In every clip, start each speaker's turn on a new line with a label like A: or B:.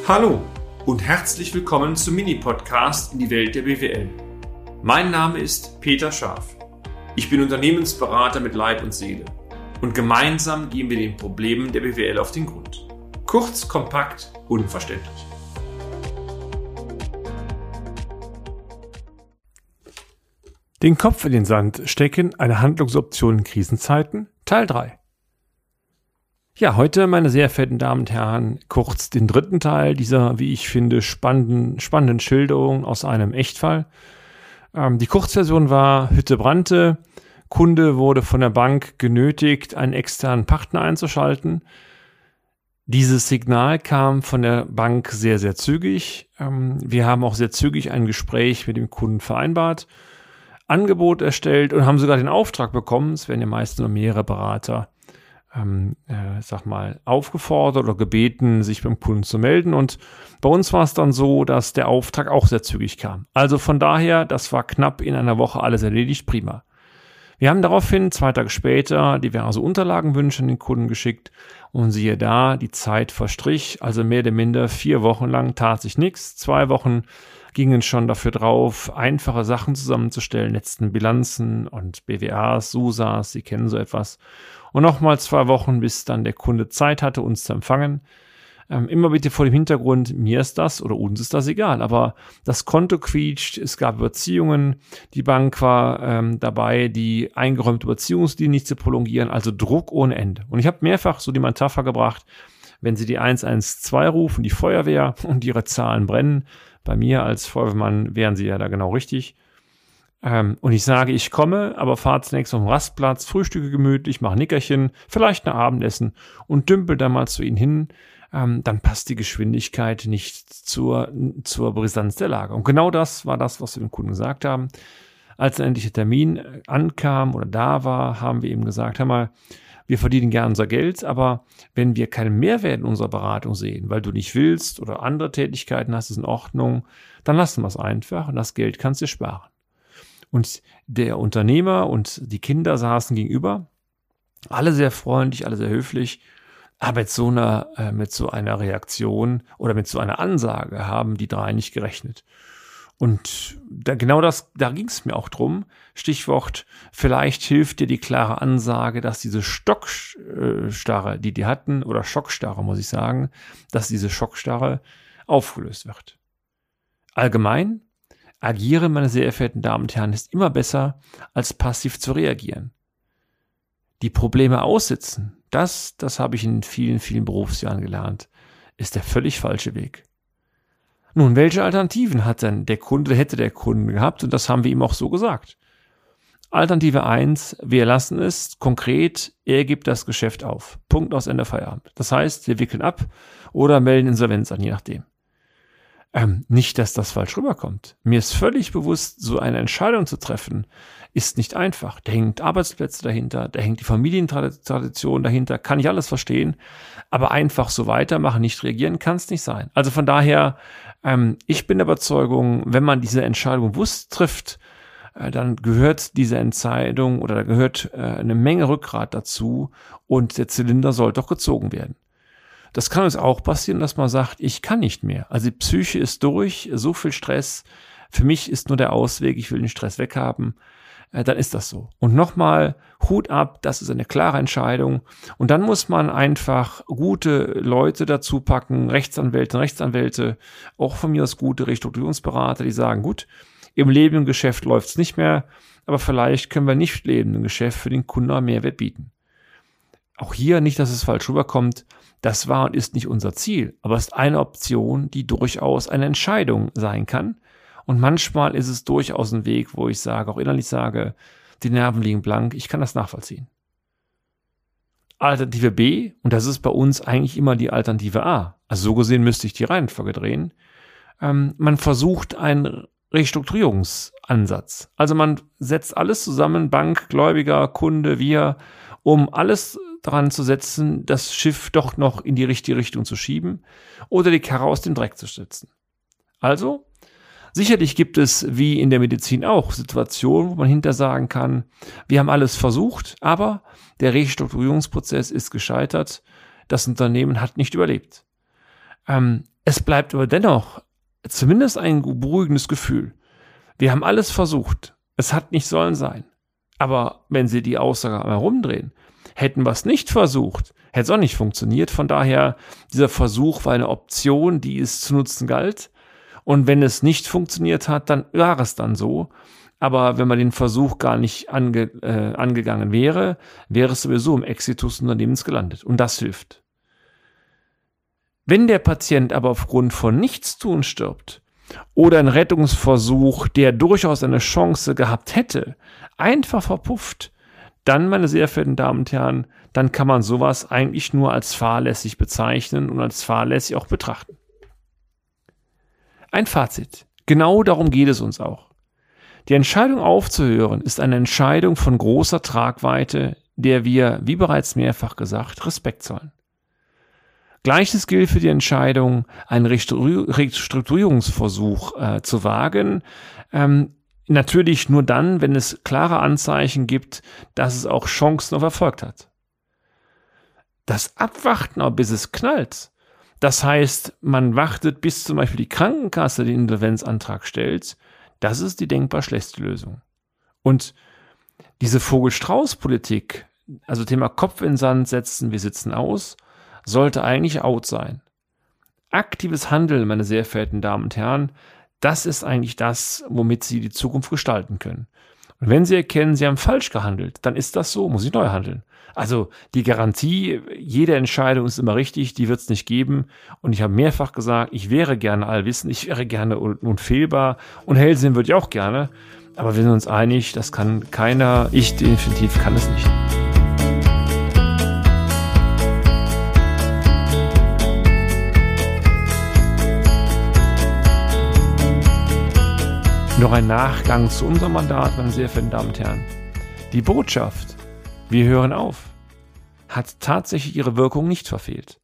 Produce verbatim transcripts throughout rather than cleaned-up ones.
A: Hallo und herzlich willkommen zum Mini-Podcast in die Welt der B W L. Mein Name ist Peter Scharf. Ich bin Unternehmensberater mit Leib und Seele und gemeinsam gehen wir den Problemen der B W L auf den Grund. Kurz, kompakt, unverständlich.
B: Den Kopf in den Sand stecken, eine Handlungsoption in Krisenzeiten, Teil drei. Ja, heute, meine sehr verehrten Damen und Herren, kurz den dritten Teil dieser, wie ich finde, spannenden, spannenden Schilderung aus einem Echtfall. Ähm, die Kurzversion war: Hütte brannte, Kunde wurde von der Bank genötigt, einen externen Partner einzuschalten. Dieses Signal kam von der Bank sehr, sehr zügig. Ähm, wir haben auch sehr zügig ein Gespräch mit dem Kunden vereinbart, Angebot erstellt und haben sogar den Auftrag bekommen. Es werden ja meist nur mehrere Berater Ähm, äh, sag mal, aufgefordert oder gebeten, sich beim Kunden zu melden. Und bei uns war es dann so, dass der Auftrag auch sehr zügig kam. Also von daher, das war knapp in einer Woche alles erledigt, prima. Wir haben daraufhin zwei Tage später diverse Unterlagenwünsche an den Kunden geschickt und siehe da, die Zeit verstrich, also mehr oder minder vier Wochen lang tat sich nichts. Zwei Wochen gingen schon dafür drauf, einfache Sachen zusammenzustellen, letzten Bilanzen und B W As, S U S As, Sie kennen so etwas. Und nochmal zwei Wochen, bis dann der Kunde Zeit hatte, uns zu empfangen. Ähm, immer bitte vor dem Hintergrund, mir ist das oder uns ist das egal, aber das Konto quietscht, es gab Überziehungen, die Bank war ähm, dabei, die eingeräumte Überziehungslinie nicht zu prolongieren, also Druck ohne Ende. Und ich habe mehrfach so die Metapher gebracht, wenn Sie die eins eins zwei rufen, die Feuerwehr, und Ihre Zahlen brennen, bei mir als Feuerwehrmann wären Sie ja da genau richtig. Ähm, und ich sage, ich komme, aber fahre zunächst auf den Rastplatz, frühstücke gemütlich, mache Nickerchen, vielleicht ein Abendessen und dümpel dann mal zu Ihnen hin, ähm, dann passt die Geschwindigkeit nicht zur, zur Brisanz der Lage. Und genau das war das, was wir dem Kunden gesagt haben. Als dann endlich der Termin ankam oder da war, haben wir ihm gesagt, hör mal, wir verdienen gern unser Geld, aber wenn wir keinen Mehrwert in unserer Beratung sehen, weil du nicht willst oder andere Tätigkeiten hast, ist in Ordnung, dann lassen wir es einfach und das Geld kannst du sparen. Und der Unternehmer und die Kinder saßen gegenüber, alle sehr freundlich, alle sehr höflich, aber mit so einer, äh, mit so einer Reaktion oder mit so einer Ansage haben die drei nicht gerechnet. Und da, genau das, da ging es mir auch drum. Stichwort, vielleicht hilft dir die klare Ansage, dass diese Stockstarre, die die hatten, oder Schockstarre muss ich sagen, dass diese Schockstarre aufgelöst wird. Allgemein, agieren, meine sehr verehrten Damen und Herren, ist immer besser, als passiv zu reagieren. Die Probleme aussitzen, das, das habe ich in vielen, vielen Berufsjahren gelernt, ist der völlig falsche Weg. Nun, welche Alternativen hat denn der Kunde, hätte der Kunde gehabt? Und das haben wir ihm auch so gesagt. Alternative eins, wir lassen es konkret, er gibt das Geschäft auf. Punkt, aus Ende, Feierabend. Das heißt, wir wickeln ab oder melden Insolvenz an, je nachdem. Ähm, nicht, dass das falsch rüberkommt. Mir ist völlig bewusst, so eine Entscheidung zu treffen, ist nicht einfach. Da hängt Arbeitsplätze dahinter, da hängt die Familientradition dahinter, kann ich alles verstehen, aber einfach so weitermachen, nicht reagieren, kann es nicht sein. Also von daher, ähm, ich bin der Überzeugung, wenn man diese Entscheidung bewusst trifft, äh, dann gehört diese Entscheidung oder da gehört äh, eine Menge Rückgrat dazu und der Zylinder soll doch gezogen werden. Das kann uns auch passieren, dass man sagt, ich kann nicht mehr. Also die Psyche ist durch, so viel Stress. Für mich ist nur der Ausweg, ich will den Stress weghaben. Äh, dann ist das so. Und nochmal, Hut ab, das ist eine klare Entscheidung. Und dann muss man einfach gute Leute dazu packen, Rechtsanwälte, Rechtsanwälte, auch von mir aus gute Restrukturierungsberater, die sagen, gut, im lebenden Geschäft läuft es nicht mehr, aber vielleicht können wir nicht lebenden Geschäft für den Kunden Mehrwert bieten. Auch hier nicht, dass es falsch rüberkommt. Das war und ist nicht unser Ziel, aber es ist eine Option, die durchaus eine Entscheidung sein kann. Und manchmal ist es durchaus ein Weg, wo ich sage, auch innerlich sage, die Nerven liegen blank, ich kann das nachvollziehen. Alternative B, und das ist bei uns eigentlich immer die Alternative A, also so gesehen müsste ich die Reihenfolge drehen, ähm, man versucht einen Restrukturierungsansatz. Also man setzt alles zusammen, Bank, Gläubiger, Kunde, wir, um alles daran zu setzen, das Schiff doch noch in die richtige Richtung zu schieben oder die Karre aus dem Dreck zu stützen. Also, sicherlich gibt es, wie in der Medizin auch, Situationen, wo man hinter sagen kann, wir haben alles versucht, aber der Restrukturierungsprozess ist gescheitert, das Unternehmen hat nicht überlebt. Ähm, es bleibt aber dennoch zumindest ein beruhigendes Gefühl. Wir haben alles versucht. Es hat nicht sollen sein. Aber wenn Sie die Aussage einmal rumdrehen, hätten wir es nicht versucht, hätte es auch nicht funktioniert. Von daher, dieser Versuch war eine Option, die es zu nutzen galt. Und wenn es nicht funktioniert hat, dann war es dann so. Aber wenn man den Versuch gar nicht ange, äh, angegangen wäre, wäre es sowieso im Exitus des Unternehmens gelandet. Und das hilft. Wenn der Patient aber aufgrund von Nichtstun stirbt oder ein Rettungsversuch, der durchaus eine Chance gehabt hätte, einfach verpufft, dann, meine sehr verehrten Damen und Herren, dann kann man sowas eigentlich nur als fahrlässig bezeichnen und als fahrlässig auch betrachten. Ein Fazit. Genau darum geht es uns auch. Die Entscheidung aufzuhören ist eine Entscheidung von großer Tragweite, der wir, wie bereits mehrfach gesagt, Respekt zollen. Gleiches gilt für die Entscheidung, einen Restrukturierungsversuch äh, zu wagen. Ähm, natürlich nur dann, wenn es klare Anzeichen gibt, dass es auch Chancen auf Erfolg hat. Das Abwarten, aber bis es knallt, das heißt, man wartet, bis zum Beispiel die Krankenkasse den Insolvenzantrag stellt, das ist die denkbar schlechteste Lösung. Und diese Vogel-Strauß-Politik, also Thema Kopf in den Sand setzen, wir sitzen aus, sollte eigentlich out sein. Aktives Handeln, meine sehr verehrten Damen und Herren, das ist eigentlich das, womit Sie die Zukunft gestalten können. Und wenn Sie erkennen, Sie haben falsch gehandelt, dann ist das so, muss ich neu handeln. Also die Garantie, jede Entscheidung ist immer richtig, die wird es nicht geben. Und ich habe mehrfach gesagt, ich wäre gerne allwissend, ich wäre gerne un- unfehlbar und Hellsehen würde ich auch gerne. Aber wir sind uns einig, das kann keiner, ich definitiv kann es nicht. Noch ein Nachgang zu unserem Mandat, meine sehr verehrten Damen und Herren. Die Botschaft, wir hören auf, hat tatsächlich ihre Wirkung nicht verfehlt.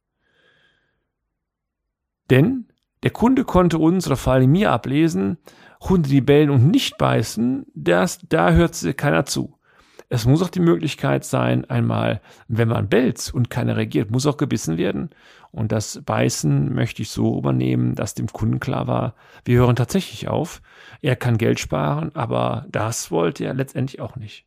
B: Denn der Kunde konnte uns oder vor allem mir ablesen, Hunde, die bellen und nicht beißen, das, da hört keiner zu. Es muss auch die Möglichkeit sein, einmal, wenn man bellt und keiner reagiert, muss auch gebissen werden. Und das Beißen möchte ich so übernehmen, dass dem Kunden klar war, wir hören tatsächlich auf. Er kann Geld sparen, aber das wollte er letztendlich auch nicht.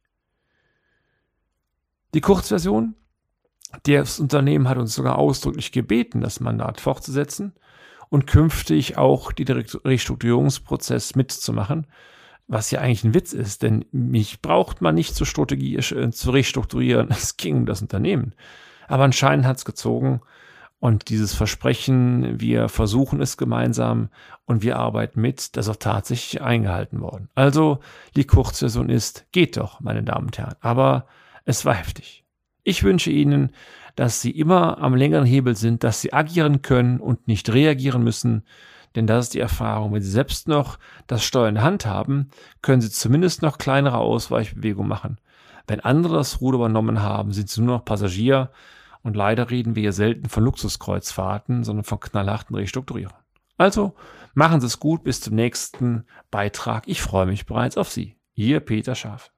B: Die Kurzversion, das Unternehmen hat uns sogar ausdrücklich gebeten, das Mandat fortzusetzen und künftig auch den Restrukturierungsprozess mitzumachen, was ja eigentlich ein Witz ist, denn mich braucht man nicht zur Strategie äh, zu restrukturieren, es ging um das Unternehmen. Aber anscheinend hat es gezogen und dieses Versprechen, wir versuchen es gemeinsam und wir arbeiten mit, das ist auch tatsächlich eingehalten worden. Also die Kurzversion ist, geht doch, meine Damen und Herren, aber es war heftig. Ich wünsche Ihnen, dass Sie immer am längeren Hebel sind, dass Sie agieren können und nicht reagieren müssen, denn das ist die Erfahrung. Wenn Sie selbst noch das Steuer in der Hand haben, können Sie zumindest noch kleinere Ausweichbewegungen machen. Wenn andere das Ruder übernommen haben, sind Sie nur noch Passagier und leider reden wir hier selten von Luxuskreuzfahrten, sondern von knallharten Restrukturierungen. Also machen Sie es gut, bis zum nächsten Beitrag. Ich freue mich bereits auf Sie. Ihr Peter Scharf.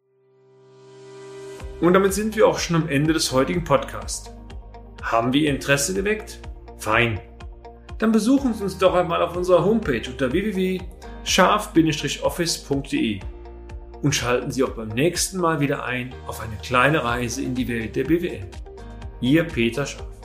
A: Und damit sind wir auch schon am Ende des heutigen Podcasts. Haben wir Ihr Interesse geweckt? Fein. Dann besuchen Sie uns doch einmal auf unserer Homepage unter w w w punkt scharf Bindestrich office punkt d e und schalten Sie auch beim nächsten Mal wieder ein auf eine kleine Reise in die Welt der B W L. Ihr Peter Scharf.